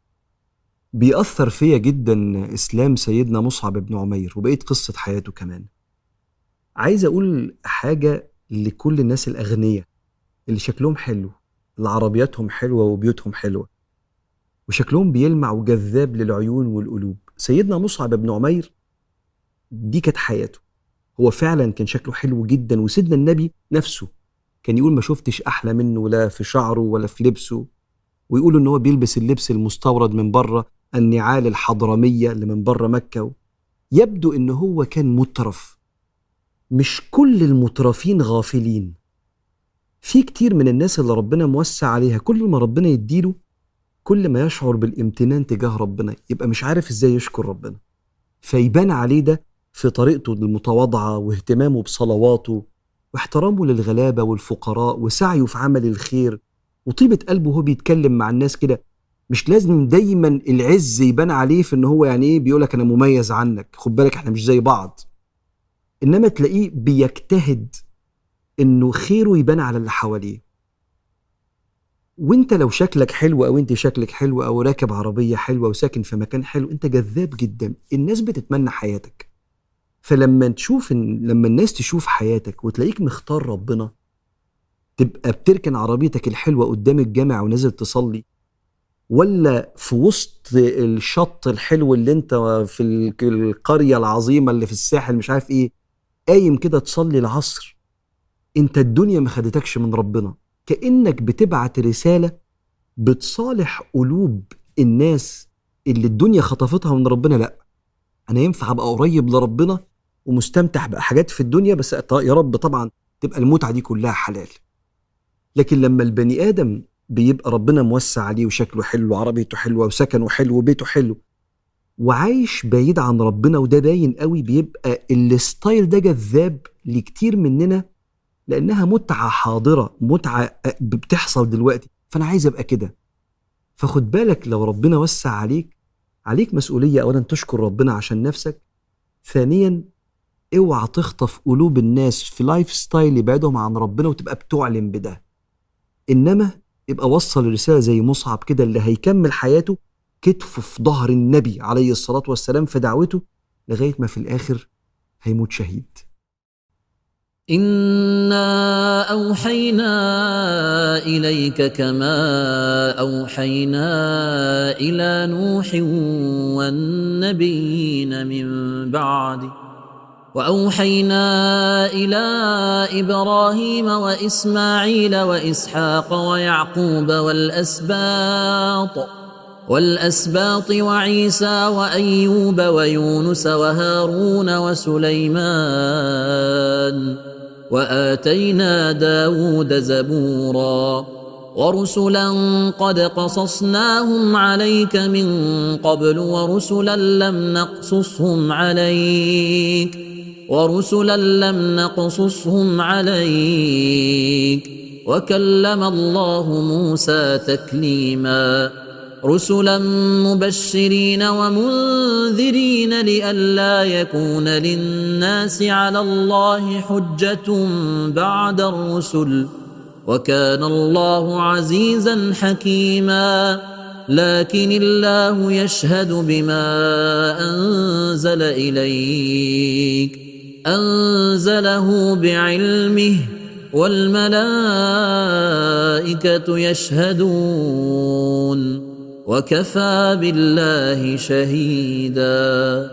Speaker 1: بيأثر فيا جدا إسلام سيدنا مصعب بن عمير وبقيت قصة حياته كمان. عايز أقول حاجة لكل الناس الأغنياء اللي شكلهم حلو، اللي عربياتهم حلوة وبيوتهم حلوة وشكلهم بيلمع وجذاب للعيون والقلوب. سيدنا مصعب بن عمير دي كانت حياته. هو فعلا كان شكله حلو جدا، وسيدنا النبي نفسه كان يقول ما شفتش أحلى منه لا في شعره ولا في لبسه، ويقولوا إن هو بيلبس اللبس المستورد من بره، النعال الحضرمية اللي من بره مكة. يبدو إن هو كان مترف. مش كل المترفين غافلين، في كتير من الناس اللي ربنا موسع عليها كل ما ربنا يديله كل ما يشعر بالامتنان تجاه ربنا، يبقى مش عارف ازاي يشكر ربنا، فيبان عليه ده في طريقته المتواضعة واهتمامه بصلواته واحترامه للغلابة والفقراء وسعيه في عمل الخير وطيبة قلبه وهو بيتكلم مع الناس كده. مش لازم دايما العز يبان عليه في ان هو يعني ايه بيقولك انا مميز عنك، خد بالك احنا مش زي بعض، انما تلاقيه بيجتهد انه خيره يبان على اللي حواليه. وانت لو شكلك حلو او انت شكلك حلو او راكب عربية حلوة وساكن في مكان حلو، انت جذاب جدا، الناس بتتمنى حياتك. فلما تشوف إن لما الناس تشوف حياتك وتلاقيك مختار ربنا، تبقى بتركن عربيتك الحلوة قدام الجامع ونازل تصلي، ولا في وسط الشط الحلو اللي انت في ال- القرية العظيمة اللي في الساحل مش عارف ايه قايم كده تصلي العصر، انت الدنيا ما خدتكش من ربنا. كأنك بتبعت رسالة بتصالح قلوب الناس اللي الدنيا خطفتها من ربنا. لا، انا ينفع ابقى قريب لربنا ومستمتع بحاجات في الدنيا، بس يا رب طبعا تبقى المتعة دي كلها حلال. لكن لما البني آدم بيبقى ربنا موسع عليه وشكله حلو وعربيته حلوة وسكنه حلو وبيته حلو وعايش بعيد عن ربنا، وده باين قوي، بيبقى الستايل ده جذاب لكتير مننا، لأنها متعة حاضرة، متعة بتحصل دلوقتي، فأنا عايز أبقى كده. فخد بالك لو ربنا وسع عليك، عليك مسؤولية أولا تشكر ربنا عشان نفسك، ثانيا اوعى تخطف قلوب الناس في لايف ستايل يبعدهم عن ربنا وتبقى بتعلن بده، انما يبقى وصل الرسالة زي مصعب كده اللي هيكمل حياته كتفه في ظهر النبي عليه الصلاة والسلام في دعوته لغاية ما في الآخر هيموت شهيد.
Speaker 2: إنا أوحينا إليك كما أوحينا إلى نوح والنبيين من بعده، وأوحينا إلى إبراهيم وإسماعيل وإسحاق ويعقوب والأسباط والأسباط وعيسى وأيوب ويونس وهارون وسليمان، وآتينا داود زبورا، ورسلا قد قصصناهم عليك من قبل ورسلا لم نقصصهم عليك ورسلا لم نقصصهم عليك وكلم الله موسى تكليما، رسلا مبشرين ومنذرين لئلا يكون للناس على الله حجة بعد الرسل، وكان الله عزيزا حكيما. لكن الله يشهد بما أنزل إليك أنزله بعلمه والملائكة يشهدون وكفى بالله شهيدا.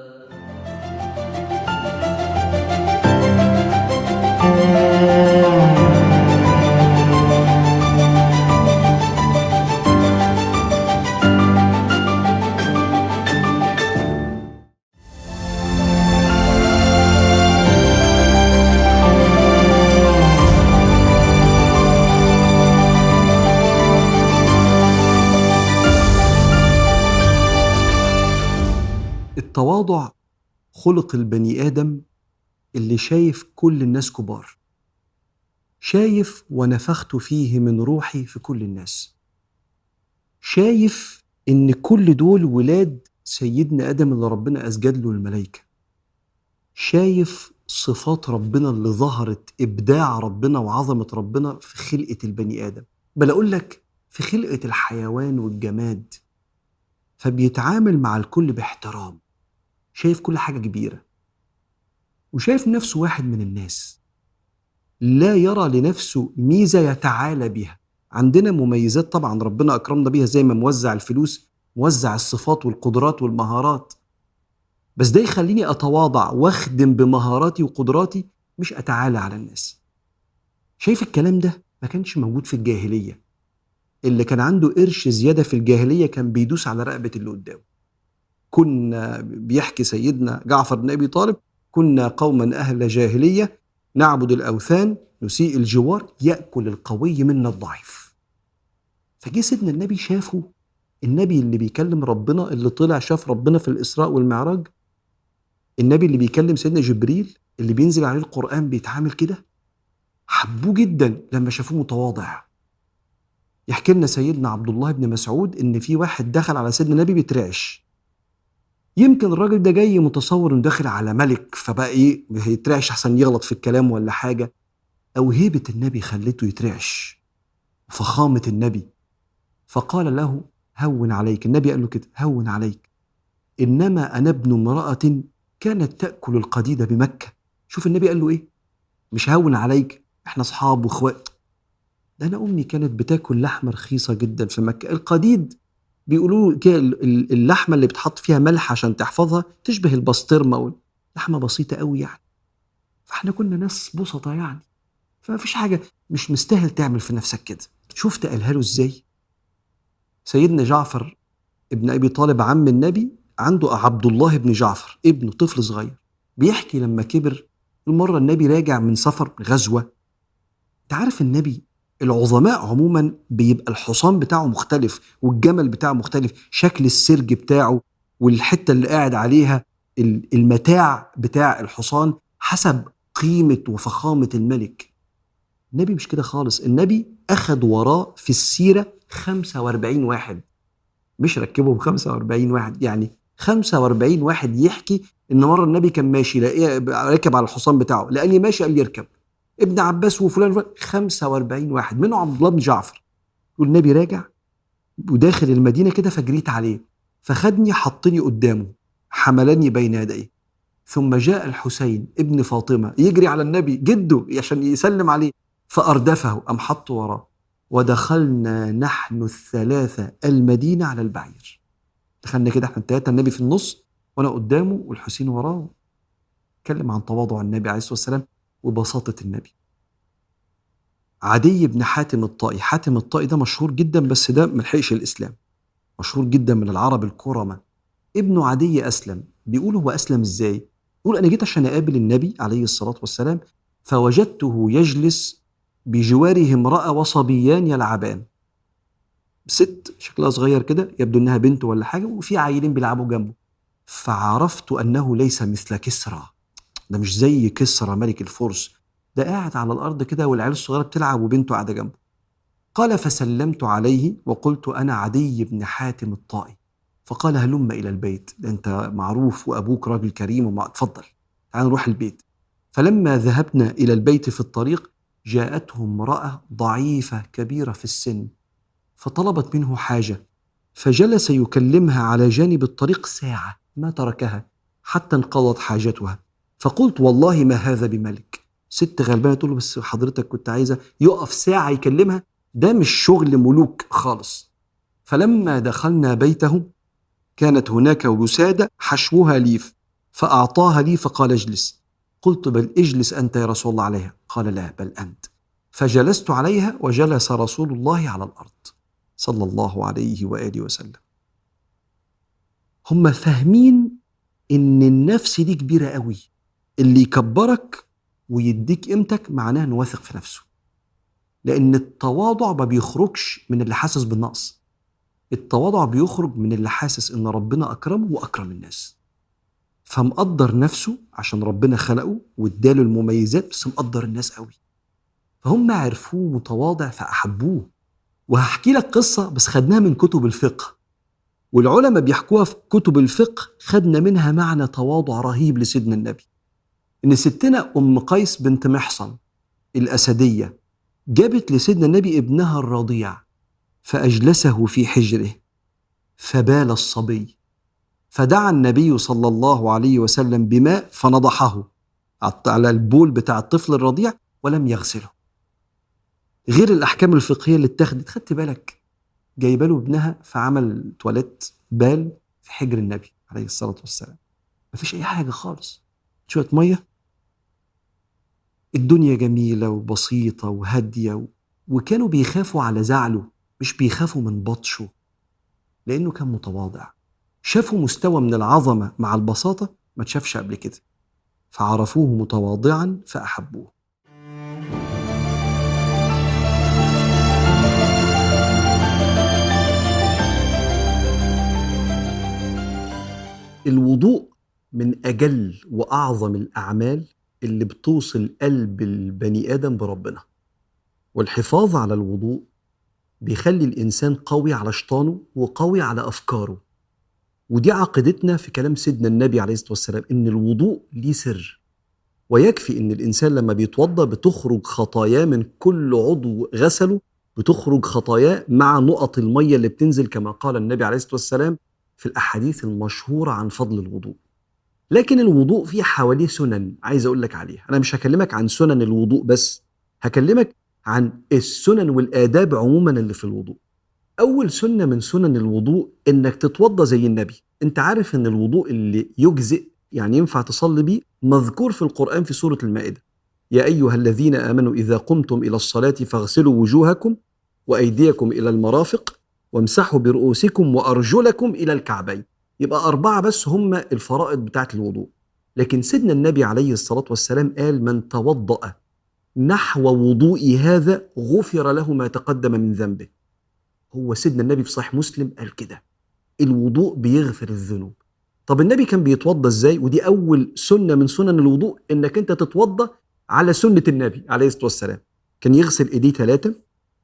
Speaker 1: التواضع خلق البني آدم اللي شايف كل الناس كبار، شايف ونفخت فيه من روحي في كل الناس، شايف إن كل دول ولاد سيدنا آدم اللي ربنا أسجد له الملائكة، شايف صفات ربنا اللي ظهرت، إبداع ربنا وعظمة ربنا في خلقة البني آدم، بل أقول لك في خلقة الحيوان والجماد. فبيتعامل مع الكل باحترام، شايف كل حاجة كبيرة، وشايف نفسه واحد من الناس، لا يرى لنفسه ميزة يتعالى بها. عندنا مميزات طبعا ربنا أكرمنا بيها، زي ما موزع الفلوس موزع الصفات والقدرات والمهارات، بس ده يخليني أتواضع واخدم بمهاراتي وقدراتي، مش أتعالى على الناس. شايف الكلام ده ما كانش موجود في الجاهلية. اللي كان عنده قرش زيادة في الجاهلية كان بيدوس على رقبة اللي قدامه. كنا بيحكي سيدنا جعفر بن أبي طالب: كنا قوما أهل جاهلية نعبد الأوثان نسيء الجوار يأكل القوي منا الضعيف. فجه سيدنا النبي شافه، النبي اللي بيكلم ربنا، اللي طلع شاف ربنا في الإسراء والمعراج، النبي اللي بيكلم سيدنا جبريل، اللي بينزل عليه القرآن، بيتعامل كده. حبوه جدا لما شافوه متواضع. يحكي لنا سيدنا عبد الله بن مسعود إن في واحد دخل على سيدنا النبي بيترعش. يمكن الراجل ده جاي متصور انه داخل على ملك، فبقى ايه هيترعش احسن يغلط في الكلام ولا حاجه، او هيبه النبي خلته يترعش، فخامه النبي. فقال له: هون عليك. النبي قال له كده: هون عليك، انما انا ابن امراه كانت تاكل القديد بمكه. شوف النبي قال له ايه، مش هون عليك احنا اصحاب واخوات، ده انا امي كانت بتاكل لحمه رخيصه جدا في مكه. القديد بيقولوا كده اللحمه اللي بتحط فيها ملح عشان تحفظها، تشبه البسطرمه، لحمه بسيطه قوي يعني. فاحنا كنا ناس بسطه يعني، فما فيش حاجه، مش مستاهل تعمل في نفسك كده. شفت قالها له ازاي؟ سيدنا جعفر ابن ابي طالب عم النبي عنده عبد الله بن جعفر ابنه طفل صغير، بيحكي لما كبر المره النبي راجع من سفر غزوه. انت عارف النبي العظماء عموما بيبقى الحصان بتاعه مختلف والجمل بتاعه مختلف، شكل السرج بتاعه والحتة اللي قاعد عليها، المتاع بتاع الحصان حسب قيمة وفخامة الملك. النبي مش كده خالص. النبي أخد وراه في السيرة خمسة واربعين واحد، مش ركبهم خمسة واربعين واحد، يعني خمسة واربعين واحد يحكي إن مرة النبي كان ماشي راكب على الحصان بتاعه، لأني ماشي قال يركب ابن عباس وفلان وفلان، خمسة واربعين واحد منه عبد الله بن جعفر. والنبي راجع وداخل المدينة كده، فجريت عليه فخدني حطني قدامه حملني بين يديه. ثم جاء الحسين ابن فاطمة يجري على النبي جده عشان يسلم عليه، فأردفه أم حطه وراه، ودخلنا نحن الثلاثة المدينة على البعير. دخلنا كده احنا الثلاثة، النبي في النص وأنا قدامه والحسين وراه. اتكلم عن تواضع النبي عليه الصلاة والسلام وبساطة النبي. عدي بن حاتم الطائي، حاتم الطائي ده مشهور جدا بس ده ملحقش الإسلام، مشهور جدا من العرب الكرمة. ابنه عدي أسلم. بيقول هو أسلم إزاي؟ يقول أنا جيت عشان أقابل النبي عليه الصلاة والسلام، فوجدته يجلس بجواره امرأة وصبيان يلعبان، ست شكلها صغير كده يبدو أنها بنت ولا حاجة، وفي عيلين بيلعبوا جنبه. فعرفت أنه ليس مثل كسرى، ده مش زي كسرى ملك الفرس، ده قاعد على الأرض كده والعيال الصغيرة بتلعب وبنته قاعدة جنبه. قال فسلمت عليه وقلت أنا عدي بن حاتم الطائي. فقال هلم إلى البيت، ده أنت معروف وأبوك راجل كريم وما اتفضل تعال نروح البيت. فلما ذهبنا إلى البيت في الطريق جاءته امرأة ضعيفة كبيرة في السن، فطلبت منه حاجة، فجلس يكلمها على جانب الطريق ساعة ما تركها حتى انقضت حاجتها. فقلت والله ما هذا بملك. ست غلبانة تقول له بس حضرتك كنت عايزة، يقف ساعة يكلمها، ده مش شغل ملوك خالص. فلما دخلنا بيته كانت هناك وسادة حشوها ليف، فأعطاها لي فقال اجلس. قلت بل اجلس أنت يا رسول الله عليها، قال لا بل أنت. فجلست عليها وجلس رسول الله على الأرض صلى الله عليه وآله وسلم. هم فاهمين إن النفس دي كبيرة قوي، اللي يكبرك ويديك قيمتك معناه إنه واثق في نفسه، لأن التواضع ما بيخرجش من اللي حاسس بالنقص، التواضع بيخرج من اللي حاسس إن ربنا أكرمه وأكرم الناس، فمقدر نفسه عشان ربنا خلقه واداله المميزات، بس مقدر الناس قوي، فهم عرفوه متواضع فأحبوه. وهحكي لك قصة بس خدناها من كتب الفقه، والعلماء بيحكوها في كتب الفقه، خدنا منها معنى تواضع رهيب لسيدنا النبي. إن ستنا أم قيس بنت محصن الأسدية جابت لسيدنا النبي ابنها الرضيع، فأجلسه في حجره فبال الصبي، فدعا النبي صلى الله عليه وسلم بماء فنضحه على البول بتاع الطفل الرضيع ولم يغسله. غير الأحكام الفقهية اللي اتخذت، خدت بالك جايباله ابنها فعمل تواليت بال في حجر النبي عليه الصلاة والسلام. مفيش أي حاجة خالص، شوية مية. الدنيا جميلة وبسيطة وهادية و... وكانوا بيخافوا على زعله، مش بيخافوا من بطشه، لأنه كان متواضع. شافوا مستوى من العظمة مع البساطة ما تشافش قبل كده، فعرفوه متواضعا فأحبوه. الوضوء من أجل وأعظم الأعمال اللي بتوصل قلب البني آدم بربنا، والحفاظ على الوضوء بيخلي الإنسان قوي على شيطانه وقوي على أفكاره. ودي عقيدتنا في كلام سيدنا النبي عليه الصلاة والسلام، إن الوضوء ليه سر، ويكفي إن الإنسان لما بيتوضأ بتخرج خطاياه من كل عضو غسله، بتخرج خطاياه مع نقط المية اللي بتنزل، كما قال النبي عليه الصلاة والسلام في الأحاديث المشهورة عن فضل الوضوء. لكن الوضوء فيه حواليه سنن عايز أقول لك عليها. أنا مش هكلمك عن سنن الوضوء بس، هكلمك عن السنن والآداب عموما اللي في الوضوء. أول سنة من سنن الوضوء إنك تتوضى زي النبي. أنت عارف إن الوضوء اللي يجزئ يعني ينفع تصلي بيه مذكور في القرآن في سورة المائدة: يا أيها الذين آمنوا إذا قمتم إلى الصلاة فاغسلوا وجوهكم وأيديكم إلى المرافق وامسحوا برؤوسكم وأرجلكم إلى الكعبين. يبقى أربعة بس هم الفرائض بتاعت الوضوء. لكن سيدنا النبي عليه الصلاة والسلام قال: من توضأ نحو وضوئي هذا غفر له ما تقدم من ذنبه. هو سيدنا النبي في صحيح مسلم قال كده، الوضوء بيغفر الذنوب. طب النبي كان بيتوضى ازاي؟ ودي اول سنة من سنن الوضوء، انك انت تتوضى على سنة النبي عليه الصلاة والسلام. كان يغسل ايديه ثلاثة،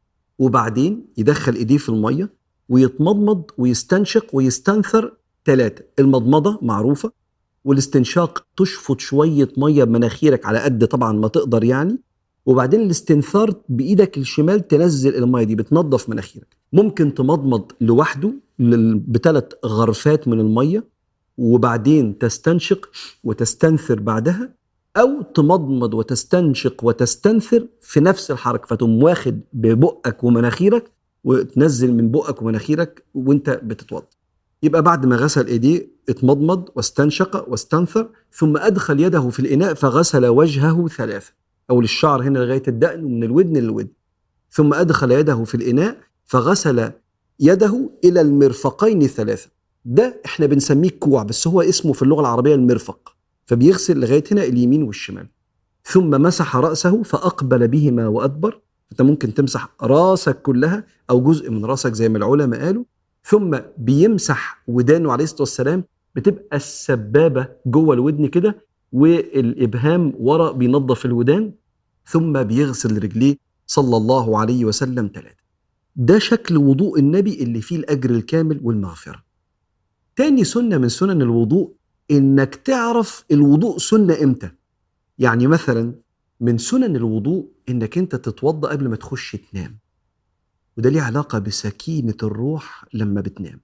Speaker 1: وبعدين يدخل ايديه في المية ويتمضمض ويستنشق ويستنثر ثلاثة. المضمضة معروفة، والاستنشاق تشفط شوية مية بمناخيرك على قد طبعا ما تقدر يعني، وبعدين الاستنثار بإيدك الشمال تنزل المية دي بتنظف مناخيرك. ممكن تمضمض لوحده بثلاث غرفات من المية وبعدين تستنشق وتستنثر بعدها، أو تمضمض وتستنشق وتستنثر في نفس الحركة، فتقوم واخد ببقك ومناخيرك وتنزل من بقك ومناخيرك وانت بتتوضى. يبقى بعد ما غسل ايديه اتمضمض واستنشق واستنثر، ثم أدخل يده في الإناء فغسل وجهه ثلاثة، أو للشعر هنا لغاية الدقن ومن الودن للودن. ثم أدخل يده في الإناء فغسل يده إلى المرفقين ثلاثة. ده احنا بنسميه كوع، بس هو اسمه في اللغة العربية المرفق، فبيغسل لغاية هنا اليمين والشمال. ثم مسح رأسه فأقبل بهما وأدبر. أنت ممكن تمسح رأسك كلها أو جزء من رأسك زي ما العلماء قالوا. ثم بيمسح ودانه عليه الصلاة والسلام، بتبقى السبابة جوه الودن كده والإبهام ورا بينظف الودان. ثم بيغسل رجليه صلى الله عليه وسلم ثلاثة. ده شكل وضوء النبي اللي فيه الأجر الكامل والمغفرة. تاني سنة من سنن الوضوء إنك تعرف الوضوء سنة إمتى. يعني مثلا من سنن الوضوء إنك أنت تتوضأ قبل ما تخش تنام، وده ليه علاقة بسكينة الروح لما بتنام.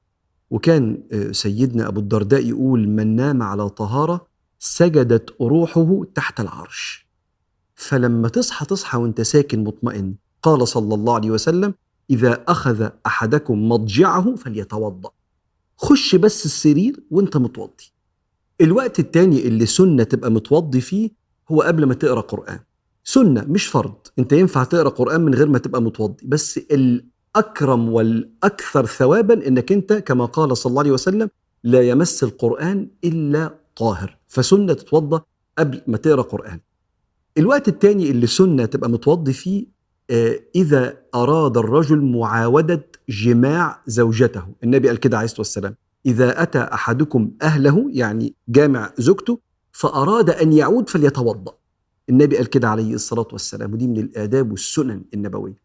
Speaker 1: وكان سيدنا أبو الدرداء يقول: من نام على طهارة سجدت روحه تحت العرش. فلما تصحى تصحى وانت ساكن مطمئن. قال صلى الله عليه وسلم: إذا أخذ أحدكم مضجعه فليتوضأ. خش بس السرير وانت متوضي. الوقت التاني اللي سنة تبقى متوضي فيه هو قبل ما تقرأ قرآن. سنة مش فرض، انت ينفع تقرأ قرآن من غير ما تبقى متوضي، بس الأكرم والأكثر ثوابا انك انت كما قال صلى الله عليه وسلم: لا يمس القرآن إلا طاهر. فسنة تتوضى قبل ما تقرأ قرآن. الوقت التاني اللي سنة تبقى متوضي فيه آه إذا أراد الرجل معاودة جماع زوجته. النبي قال كده عليه الصلاة والسلام: إذا أتى أحدكم أهله، يعني جامع زوجته، فأراد أن يعود فليتوضأ. النبي قال كده عليه الصلاة والسلام، ودي من الآداب والسنن النبوية.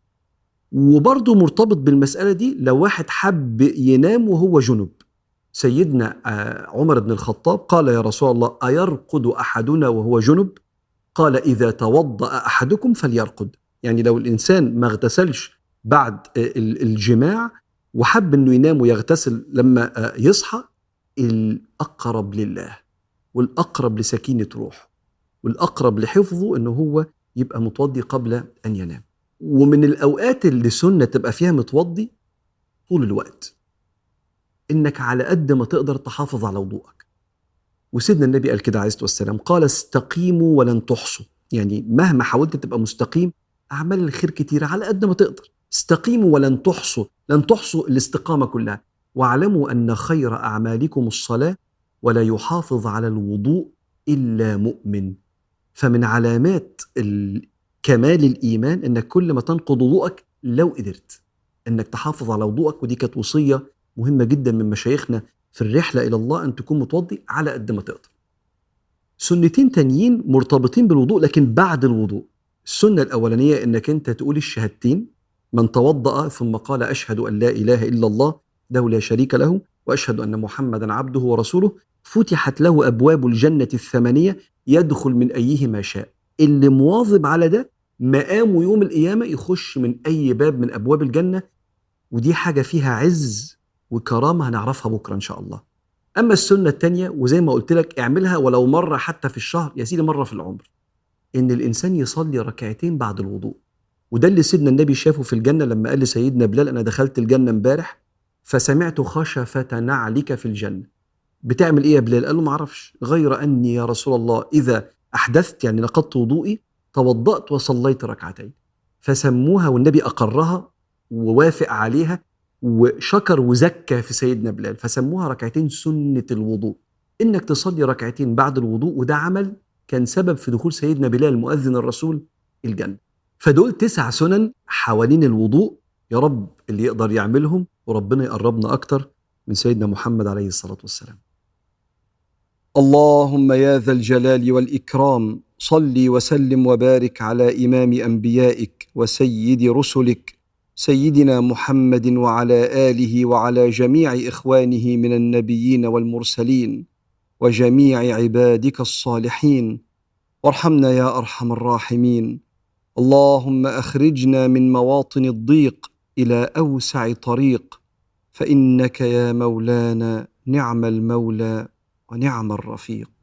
Speaker 1: وبرضه مرتبط بالمسألة دي لو واحد حب ينام وهو جنب. سيدنا عمر بن الخطاب قال: يا رسول الله، أيرقد أحدنا وهو جنب؟ قال: إذا توضأ أحدكم فليرقد. يعني لو الإنسان ما اغتسلش بعد الجماع وحب أنه ينام ويغتسل لما يصحى، الأقرب لله والأقرب لسكينة روحه والأقرب لحفظه أنه هو يبقى متوضي قبل أن ينام. ومن الأوقات اللي سنة تبقى فيها متوضي طول الوقت، إنك على قد ما تقدر تحافظ على وضوءك. وسيدنا النبي قال كده عليه الصلاة والسلام، قال استقيموا ولن تحصوا. يعني مهما حاولت تبقى مستقيم، أعمال الخير كتيرة على قد ما تقدر. استقيموا ولن تحصوا، لن تحصوا الاستقامة كلها. واعلموا أن خير أعمالكم الصلاة ولا يحافظ على الوضوء إلا مؤمن. فمن علامات كمال الإيمان أنك كل ما تنقض وضوءك لو قدرت أنك تحافظ على وضوءك. ودي كانت وصية مهمة جدا من مشايخنا في الرحلة إلى الله، أن تكون متوضي على قد ما تقدر. سنتين تانيين مرتبطين بالوضوء لكن بعد الوضوء. السنة الأولانية أنك أنت تقول الشهادتين، من توضأ ثم قال أشهد أن لا إله إلا الله له لا شريك له وأشهد أن محمدا عبده ورسوله، فتحت له أبواب الجنة الثمانية يدخل من أيهما شاء. اللي مواظب على ده مقامه يوم القيامة يخش من أي باب من أبواب الجنة. ودي حاجة فيها عز وكرامة هنعرفها بكرة إن شاء الله. أما السنة التانية، وزي ما قلت لك اعملها ولو مرة حتى في الشهر، يا سيدي مرة في العمر، إن الإنسان يصلي ركعتين بعد الوضوء. وده اللي سيدنا النبي شافه في الجنة لما قال لسيدنا بلال أنا دخلت الجنة امبارح فسمعت خشفة نعلك في الجنة. بتعمل إيه يا بلال؟ قال له معرفش، غير أني يا رسول الله إذا أحدثت يعني نقضت وضوئي توضأت وصليت ركعتين. فسموها والنبي أقرها ووافق عليها وشكر وزكى في سيدنا بلال، فسموها ركعتين سنة الوضوء. إنك تصلي ركعتين بعد الوضوء، وده عمل كان سبب في دخول سيدنا بلال مؤذن الرسول الجنة. فدول تسع سنن حوالين الوضوء، يا رب اللي يقدر يعملهم وربنا يقربنا أكتر من سيدنا محمد عليه الصلاة والسلام. اللهم يا ذا الجلال والإكرام، صل وسلم وبارك على إمام أنبيائك وسيد رسلك سيدنا محمد وعلى آله وعلى جميع إخوانه من النبيين والمرسلين وجميع عبادك الصالحين، وارحمنا يا أرحم الراحمين. اللهم أخرجنا من مواطن الضيق إلى أوسع طريق، فإنك يا مولانا نعم المولى ونعم الرفيق.